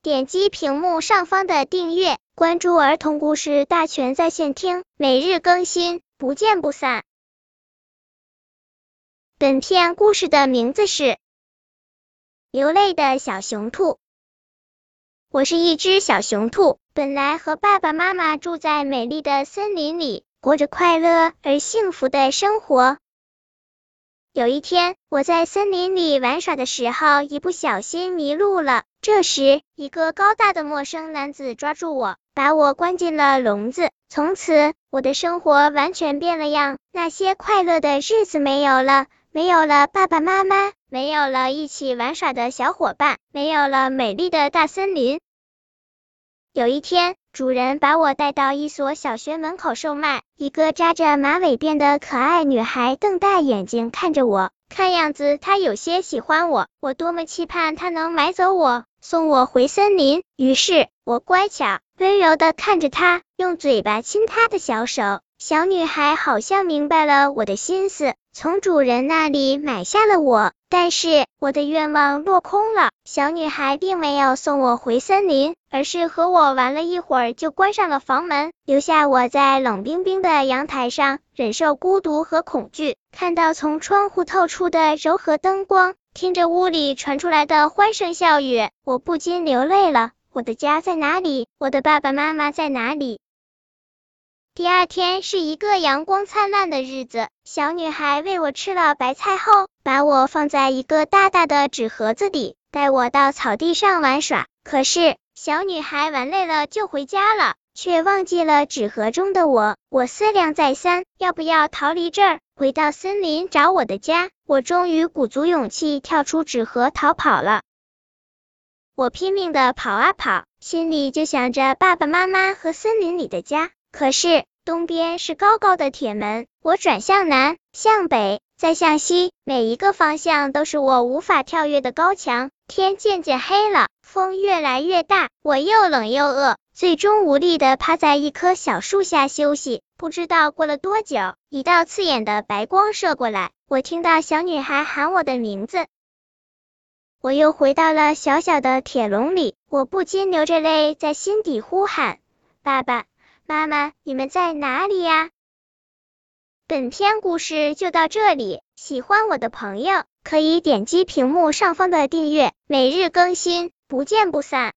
点击屏幕上方的订阅，关注儿童故事大全在线听，每日更新，不见不散。本片故事的名字是流泪的小熊兔。我是一只小熊兔，本来和爸爸妈妈住在美丽的森林里，过着快乐而幸福的生活。有一天，我在森林里玩耍的时候，一不小心迷路了。这时，一个高大的陌生男子抓住我，把我关进了笼子。从此，我的生活完全变了样，那些快乐的日子没有了，没有了爸爸妈妈，没有了一起玩耍的小伙伴，没有了美丽的大森林。有一天，主人把我带到一所小学门口售卖，一个扎着马尾辫的可爱女孩瞪大眼睛看着我，看样子她有些喜欢我，我多么期盼她能买走我，送我回森林。于是，我乖巧温柔地看着她，用嘴巴亲她的小手。小女孩好像明白了我的心思，从主人那里买下了我。但是我的愿望落空了，小女孩并没有送我回森林，而是和我玩了一会儿就关上了房门，留下我在冷冰冰的阳台上忍受孤独和恐惧。看到从窗户透出的柔和灯光，听着屋里传出来的欢声笑语，我不禁流泪了。我的家在哪里？我的爸爸妈妈在哪里？第二天是一个阳光灿烂的日子，小女孩喂我吃了白菜后，把我放在一个大大的纸盒子里，带我到草地上玩耍。可是，小女孩玩累了就回家了，却忘记了纸盒中的我。我思量再三，要不要逃离这儿，回到森林找我的家。我终于鼓足勇气跳出纸盒逃跑了。我拼命地跑啊跑，心里就想着爸爸妈妈和森林里的家。可是，东边是高高的铁门，我转向南，向北，再向西，每一个方向都是我无法跳跃的高墙。天渐渐黑了，风越来越大，我又冷又饿，最终无力地趴在一棵小树下休息。不知道过了多久，一道刺眼的白光射过来，我听到小女孩喊我的名字。我又回到了小小的铁笼里，我不禁流着泪在心底呼喊：爸爸妈妈，你们在哪里呀？本篇故事就到这里，喜欢我的朋友可以点击屏幕上方的订阅，每日更新，不见不散。